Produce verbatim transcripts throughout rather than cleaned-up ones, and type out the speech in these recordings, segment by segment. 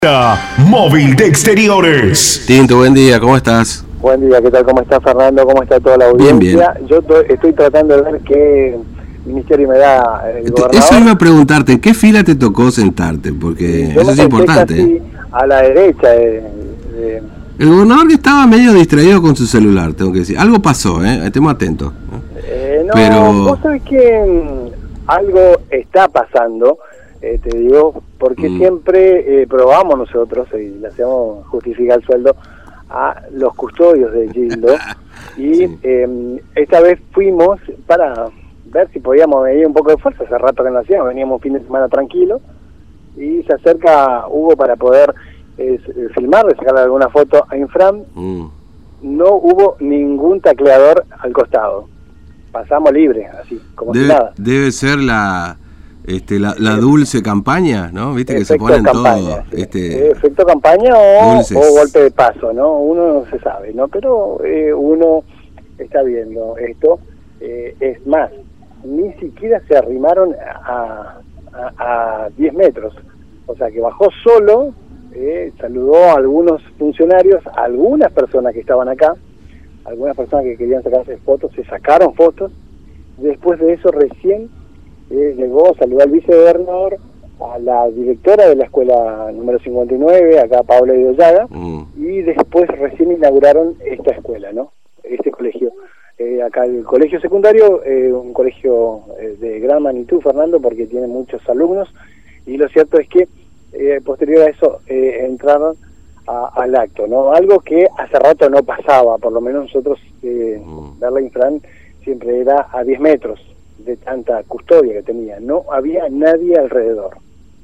Móvil de Exteriores. Tinto, buen día, ¿cómo estás? Buen día, ¿qué tal? ¿Cómo está Fernando? ¿Cómo está toda la audiencia? Bien, bien. Yo to- estoy tratando de ver qué ministerio me da el Te- gobernador. Eso iba a preguntarte, ¿en qué fila te tocó sentarte? Porque Yo eso me es senté importante. casi ¿eh? a la derecha de, de- El gobernador que estaba medio distraído con su celular, tengo que decir. Algo pasó, ¿eh? Estemos atentos. eh, no, Pero- vos sabés que mm, algo está pasando, eh, te digo, porque Mm. siempre eh, probamos nosotros, y le hacemos justificar el sueldo a los custodios de Gildo, y Sí. eh, esta vez fuimos para ver si podíamos medir un poco de fuerza. Hace rato que no hacíamos, veníamos un fin de semana tranquilo, y se acerca Hugo para poder eh, filmarle, sacarle alguna foto a Infran. Mm. No hubo ningún tacleador al costado, pasamos libre, así, como si Debe, nada. debe ser la este la, la dulce campaña, ¿no? Viste que se Efecto ponen campaña, todos sí. este, Eh, efecto campaña o, dulces. o golpe de paso, ¿no? Uno no se sabe, ¿no? Pero eh, uno está viendo esto. Eh, es más, ni siquiera se arrimaron a, a, a diez metros. O sea, que bajó solo, eh, saludó a algunos funcionarios, a algunas personas que estaban acá, algunas personas que querían sacarse fotos, se sacaron fotos. Después de eso recién eh, llegó, saludó al vicegobernador, a la directora de la escuela número cincuenta y nueve, acá Paula Idoyaga, mm. y después recién inauguraron esta escuela, ¿no? Este colegio. Eh, acá el colegio secundario, eh, un colegio eh, de gran magnitud, Fernando, porque tiene muchos alumnos, y lo cierto es que eh, posterior a eso eh, entraron a, al acto, ¿no? Algo que hace rato no pasaba, por lo menos nosotros, eh, Mm. ver la Infran siempre era a diez metros de tanta custodia que tenía, no había nadie alrededor,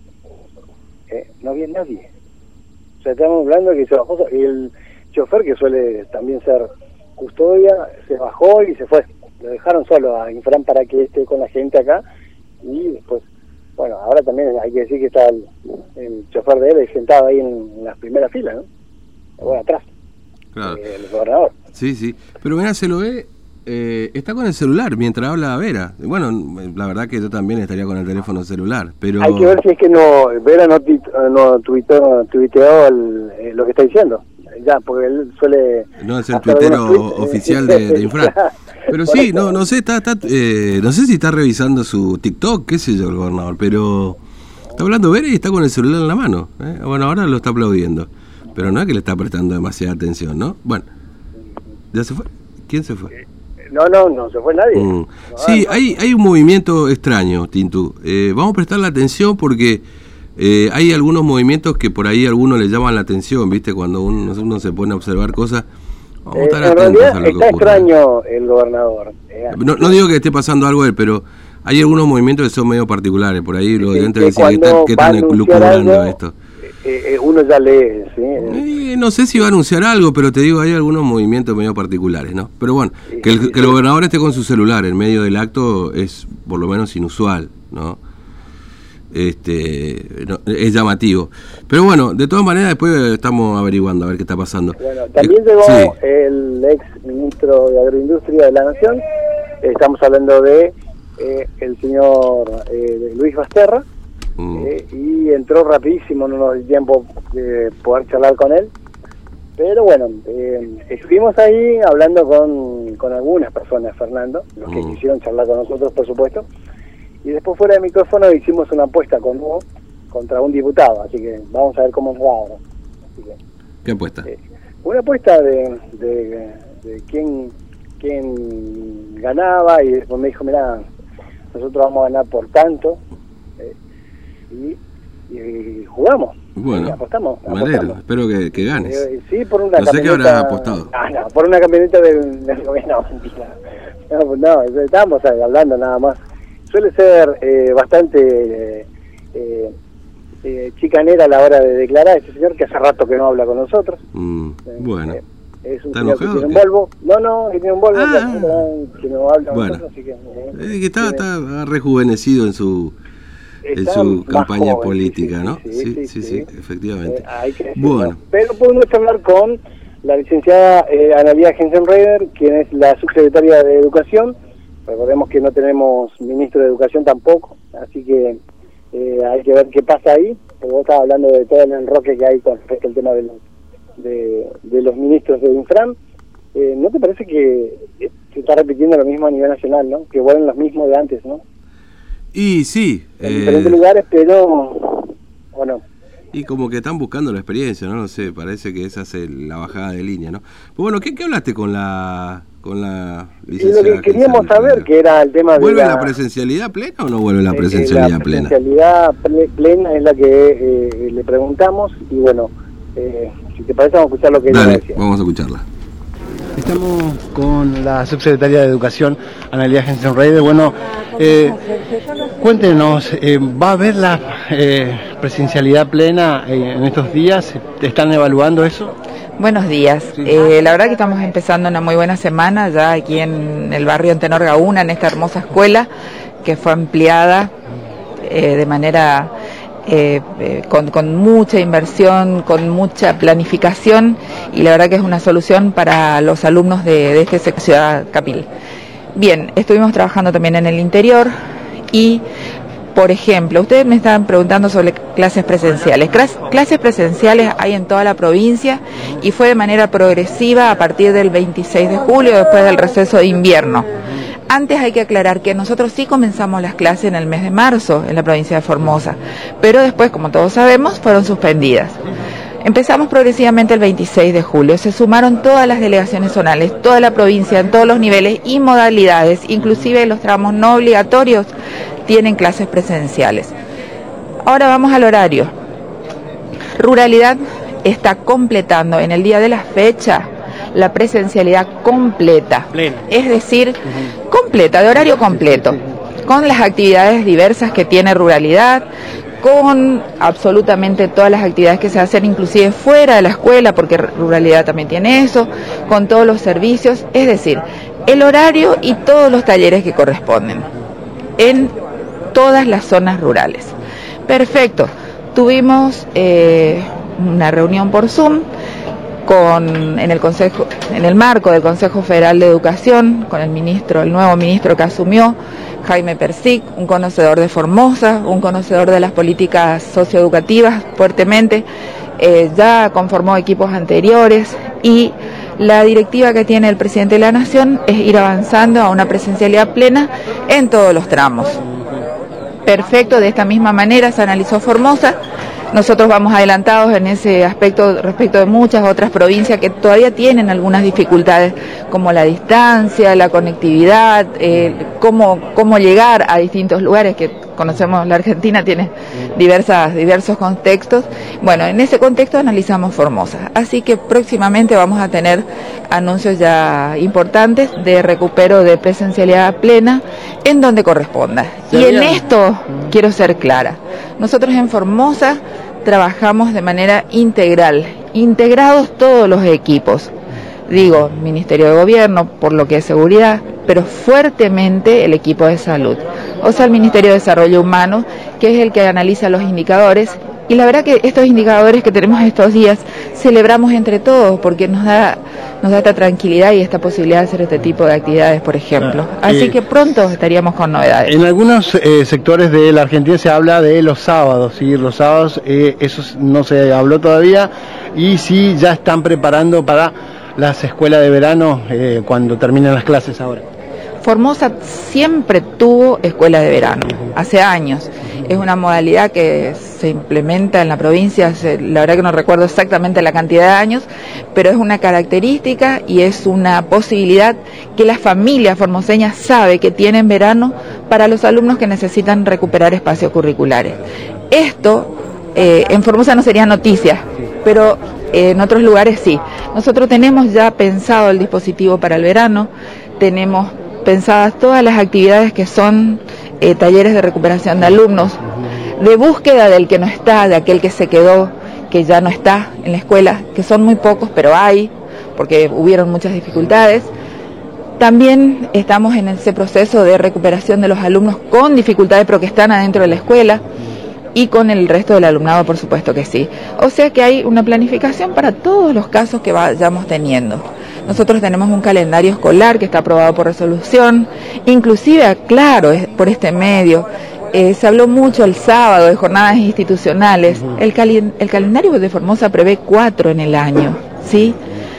eh, no había nadie. O sea, estamos hablando de que se bajó, y el chofer, que suele también ser custodia, se bajó y se fue. Lo dejaron solo a Infran para que esté con la gente acá, y después, bueno, ahora también hay que decir que está el, el chofer de él sentado ahí en, en las primeras filas, ¿no? Bueno, atrás, Claro. eh, el gobernador. Sí, sí. Pero mira, se lo ve, eh, está con el celular mientras habla Vera. Bueno, la verdad que yo también estaría con el teléfono celular, pero... Hay que ver si es que no Vera no, tit- no tuiteó, tuiteó el, eh, lo que está diciendo. Ya, porque él suele... No es el hacer tuitero algunos tuits, oficial eh, de, de Infran. Pero por sí, eso. no no sé, está, está, eh, no sé si está revisando su TikTok, qué sé yo, el gobernador, pero está hablando Vera y está con el celular en la mano. ¿eh? Bueno, ahora lo está aplaudiendo, pero no es que le está prestando demasiada atención, ¿no? Bueno, ¿ya se fue? ¿Quién se fue? No, no, no se fue nadie. Mm. No, Sí, no. hay, hay un movimiento extraño, Tintu. Eh, vamos a prestarle atención porque eh, hay algunos movimientos que por ahí a algunos le llaman la atención, ¿viste? Cuando uno, uno se pone a observar cosas. Vamos a Eh, estar en atentos realidad a lo que está ocurre. extraño el gobernador. eh, No, no digo que esté pasando algo a él, pero hay algunos movimientos que son medio particulares. Por ahí los que- oyentes que decían, ¿qué, cuando qué va a están anunciar lucubrando algo, esto? eh, eh, uno ya lee, ¿sí? Eh, Eh, no sé si va a anunciar algo, pero te digo, hay algunos movimientos medio particulares, ¿no? Pero bueno, Sí, que el, sí, que el sí. gobernador esté con su celular en medio del acto es por lo menos inusual, ¿no? Este, no, es llamativo. Pero bueno, de todas maneras después estamos averiguando a ver qué está pasando. Bueno, también Eh, llegó sí. el ex ministro de Agroindustria de la Nación. Estamos hablando de eh, el señor eh, Luis Basterra. Mm. Eh, y entró rapidísimo, no nos dio tiempo de poder charlar con él, pero bueno, eh, estuvimos ahí hablando con, con algunas personas, Fernando, los que Mm. quisieron charlar con nosotros, por supuesto, y después fuera de micrófono hicimos una apuesta con Hugo contra un diputado, así que vamos a ver cómo nos va ahora. Así que, ¿Qué apuesta? eh, una apuesta de, de, de quién, quién ganaba, y después me dijo, mirá, nosotros vamos a ganar por tanto, eh, y, y jugamos. Bueno, Y apostamos, me alegro, apostamos. espero que, que ganes. Eh, sí, por una No sé qué camioneta. habrás apostado. Ah, no, por una camioneta del, del gobierno. No, pues no, estábamos hablando nada más. Suele ser eh, bastante eh, eh, eh, chicanera a la hora de declarar este señor, que hace rato que no habla con nosotros. Mm, Eh, bueno, eh, es un ¿Está señor que enojado tiene un o qué? Volvo. No, no, que tiene un Volvo, Ah. que, no, que no habla con Bueno. nosotros, así que... eh, eh, que está, tiene- está rejuvenecido en su en está su más campaña joven, política, sí, ¿no? sí, Sí, sí, sí, sí, sí. efectivamente. Eh, hay que decirlo. Bueno. Pero pudimos hablar con la licenciada eh, Analía Jensen-Reder, quien es la subsecretaria de Educación. Recordemos que no tenemos ministro de Educación tampoco, así que eh, hay que ver qué pasa ahí. porque vos estabas hablando de todo el enroque que hay con respecto al tema de los, de, de los ministros de Infram, eh, ¿no te parece que se está repitiendo lo mismo a nivel nacional, ¿no? Que vuelven los mismos de antes, ¿no? Y sí. En eh, diferentes lugares, pero... ¿o no? Y como que están buscando la experiencia, ¿no? No sé, parece que esa es el, la bajada de línea, ¿no? Pues bueno, ¿qué, qué hablaste con la con la licenciada? Y lo que queríamos saber, que era el tema de ¿Vuelve la, la presencialidad plena o no vuelve la eh, presencialidad la plena? La presencialidad ple- plena es la que eh, le preguntamos, y bueno, eh, si te parece vamos a escuchar lo que ella Dale, decía. vamos a escucharla. Estamos con la subsecretaria de Educación, Analía Jensen Reyes. Bueno, eh, cuéntenos, eh, ¿va a haber la eh, presencialidad plena eh, en estos días? ¿Están evaluando eso? Buenos días. Sí. Eh, la verdad que estamos empezando una muy buena semana ya aquí en el barrio Antenor Gauna, en esta hermosa escuela que fue ampliada eh, de manera eh, eh, con, con mucha inversión, con mucha planificación, y la verdad que es una solución para los alumnos de, de esta ciudad Capil. Bien, estuvimos trabajando también en el interior y, por ejemplo, ustedes me estaban preguntando sobre clases presenciales. Clases presenciales hay en toda la provincia y fue de manera progresiva a partir del veintiséis de julio, después del receso de invierno. Antes hay que aclarar que nosotros sí comenzamos las clases en el mes de marzo en la provincia de Formosa, pero después, como todos sabemos, fueron suspendidas. Empezamos progresivamente el veintiséis de julio, se sumaron todas las delegaciones zonales, toda la provincia, en todos los niveles y modalidades, inclusive los tramos no obligatorios, tienen clases presenciales. Ahora vamos al horario. Ruralidad está completando en el día de la fecha la presencialidad completa, Plena. es decir, uh-huh. completa, de horario completo, con las actividades diversas que tiene Ruralidad, con absolutamente todas las actividades que se hacen inclusive fuera de la escuela, porque Ruralidad también tiene eso, con todos los servicios, es decir, el horario y todos los talleres que corresponden en todas las zonas rurales. Perfecto, tuvimos eh, una reunión por Zoom con en el consejo, en el marco del Consejo Federal de Educación, con el ministro, el nuevo ministro que asumió, Jaime Persic, un conocedor de Formosa, un conocedor de las políticas socioeducativas fuertemente, eh, ya conformó equipos anteriores, y la directiva que tiene el presidente de la Nación es ir avanzando a una presencialidad plena en todos los tramos. Perfecto, de esta misma manera se analizó Formosa. Nosotros vamos adelantados en ese aspecto respecto de muchas otras provincias que todavía tienen algunas dificultades, como la distancia, la conectividad, eh, cómo, cómo llegar a distintos lugares, que conocemos la Argentina, tiene diversas, diversos contextos. Bueno, en ese contexto analizamos Formosa, así que próximamente vamos a tener anuncios ya importantes de recupero de presencialidad plena en donde corresponda. Y en esto quiero ser clara, nosotros en Formosa trabajamos de manera integral, integrados todos los equipos, digo, Ministerio de Gobierno, por lo que es seguridad, pero fuertemente el equipo de salud, o sea, el Ministerio de Desarrollo Humano, que es el que analiza los indicadores, y la verdad que estos indicadores que tenemos estos días, celebramos entre todos, porque nos da, nos da esta tranquilidad y esta posibilidad de hacer este tipo de actividades, por ejemplo. Así eh, que pronto estaríamos con novedades. En algunos eh, sectores de la Argentina se habla de los sábados, ¿sí? Los sábados, eh, eso no se habló todavía, y sí ya están preparando para las escuelas de verano eh, cuando terminen las clases ahora. Formosa siempre tuvo escuela de verano, hace años. Es una modalidad que se implementa en la provincia, hace, la verdad que no recuerdo exactamente la cantidad de años, pero es una característica y es una posibilidad que la familia formoseña sabe que tiene en verano para los alumnos que necesitan recuperar espacios curriculares. Esto eh, en Formosa no sería noticia, pero eh, en otros lugares sí. Nosotros tenemos ya pensado el dispositivo para el verano, tenemos pensadas todas las actividades que son eh, talleres de recuperación de alumnos, de búsqueda del que no está, de aquel que se quedó, que ya no está en la escuela, que son muy pocos, pero hay, porque hubieron muchas dificultades. También estamos en ese proceso de recuperación de los alumnos con dificultades, pero que están adentro de la escuela, y con el resto del alumnado, por supuesto que sí. O sea que hay una planificación para todos los casos que vayamos teniendo. Nosotros tenemos un calendario escolar que está aprobado por resolución, inclusive, claro, por este medio, Eh, se habló mucho el sábado de jornadas institucionales. El, cali el calendario de Formosa prevé cuatro en el año, ¿sí?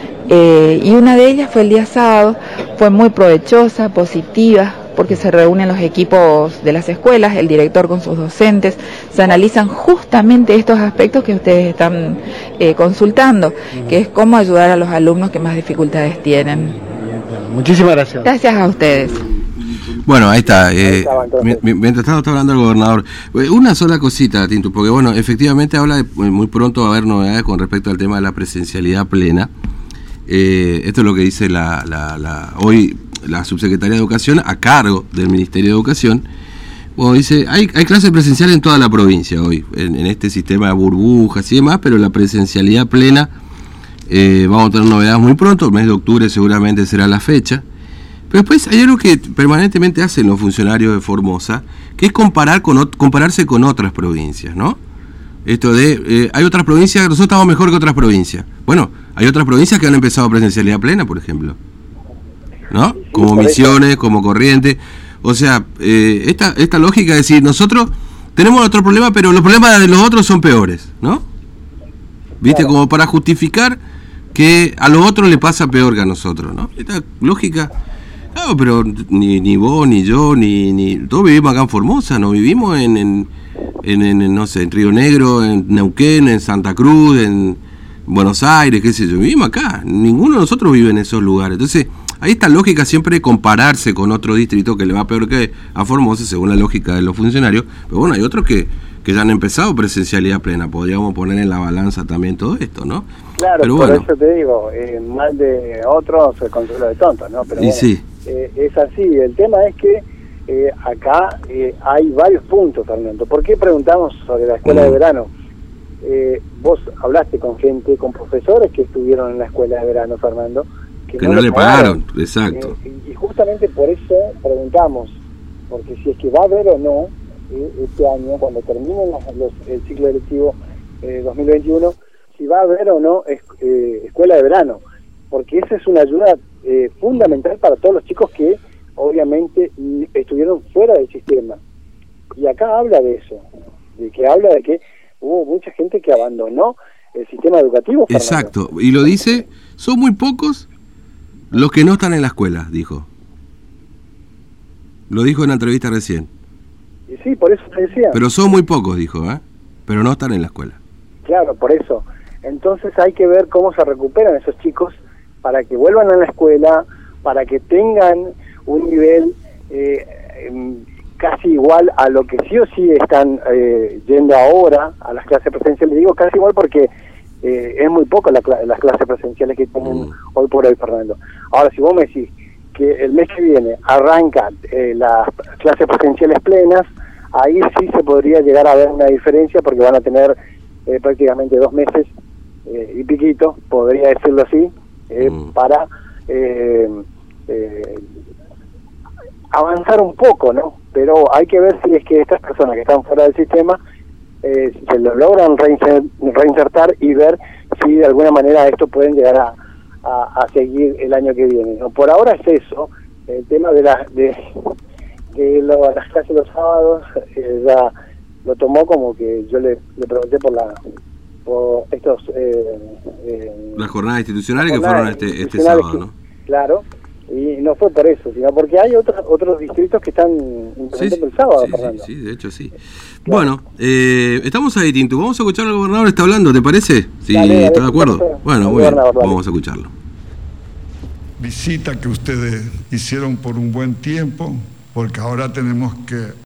Eh, y una de ellas fue el día sábado, fue muy provechosa, positiva, porque se reúnen los equipos de las escuelas, el director con sus docentes, se analizan justamente estos aspectos que ustedes están eh, consultando, que es cómo ayudar a los alumnos que más dificultades tienen. Muchísimas gracias. Gracias a ustedes. Bueno, ahí está. Eh, mientras tanto está hablando el gobernador. Una sola cosita, Tintu, porque bueno, efectivamente habla de muy pronto va a haber novedades con respecto al tema de la presencialidad plena. Eh, esto es lo que dice la, la, la hoy la subsecretaria de Educación a cargo del Ministerio de Educación. Bueno, dice, hay, hay clases presenciales en toda la provincia hoy, en, en este sistema de burbujas y demás, pero la presencialidad plena, eh, vamos a tener novedades muy pronto, el mes de octubre seguramente será la fecha. Pero después hay algo que permanentemente hacen los funcionarios de Formosa, que es comparar con, compararse con otras provincias, ¿no? Esto de, eh, hay otras provincias, nosotros estamos mejor que otras provincias. Bueno, hay otras provincias que han empezado presencialidad plena, por ejemplo, ¿no? Como Misiones, como Corrientes. O sea, eh, esta, esta lógica de decir, nosotros tenemos otro problema, pero los problemas de los otros son peores, ¿no? ¿Viste? Claro. Como para justificar que a los otros le pasa peor que a nosotros, ¿no? Esta lógica... No, pero ni, ni vos, ni yo, ni, ni... Todos vivimos acá en Formosa, no vivimos en, en, en, en, no sé, en Río Negro, en Neuquén, en Santa Cruz, en Buenos Aires, qué sé yo. Vivimos acá, ninguno de nosotros vive en esos lugares. Entonces, hay esta lógica siempre de compararse con otro distrito que le va peor que a Formosa, según la lógica de los funcionarios. Pero bueno, hay otros que, que ya han empezado presencialidad plena. Podríamos poner en la balanza también todo esto, ¿no? Claro, pero por bueno. eso te digo, eh, mal de otros se consuela de tontos, ¿no? Pero y bueno, sí. eh, es así. El tema es que eh, acá eh, hay varios puntos, Fernando. ¿Por qué preguntamos sobre la escuela mm. de verano? Eh, vos hablaste con gente, con profesores que estuvieron en la escuela de verano, Fernando, que, que no, no le le pagaron, pagaron. Exacto. Eh, y justamente por eso preguntamos, porque si es que va a haber o no, eh, este año, cuando termine los, los, el ciclo electivo eh, dos mil veintiuno, si va a haber o no es, eh, escuela de verano, porque esa es una ayuda eh, fundamental para todos los chicos que obviamente estuvieron fuera del sistema. Y acá habla de eso, de que habla de que hubo mucha gente que abandonó el sistema educativo. Fernando. Exacto, y lo dice, son muy pocos los que no están en la escuela, dijo. Lo dijo en la entrevista recién. Y sí, por eso te decía. Pero son muy pocos, dijo, ¿eh? Pero no están en la escuela. Claro, por eso. Entonces hay que ver cómo se recuperan esos chicos para que vuelvan a la escuela, para que tengan un nivel eh, casi igual a lo que sí o sí están eh, yendo ahora a las clases presenciales. Digo casi igual porque eh, es muy poco la, las clases presenciales que tienen mm. hoy por hoy, Fernando. Ahora, si vos me decís que el mes que viene arranca eh, las clases presenciales plenas, ahí sí se podría llegar a ver una diferencia porque van a tener eh, prácticamente dos meses eh, y piquito, podría decirlo así, eh, mm. para eh, eh, avanzar un poco, ¿no? Pero hay que ver si es que estas personas que están fuera del sistema eh, se lo logran reinsertar y ver si de alguna manera esto pueden llegar a, a, a seguir el año que viene, ¿no? Por ahora es eso, el tema de, la, de, de lo, las clases los sábados, eh, ya lo tomó como que yo le, le pregunté por la por estos eh, eh, las jornadas institucionales que fueron este, este sábado, ¿no? Claro. Y no fue por eso, sino porque hay otros otros distritos que están implementando sí, el sábado, sí, Fernando. Sí, sí, de hecho sí. Claro. Bueno, eh, estamos ahí, Tintu. Vamos a escuchar al gobernador, está hablando, ¿te parece? Sí, dale, ¿estás dale, de acuerdo? dale, bueno, muy bien, vamos a escucharlo. Visita que ustedes hicieron por un buen tiempo, porque ahora tenemos que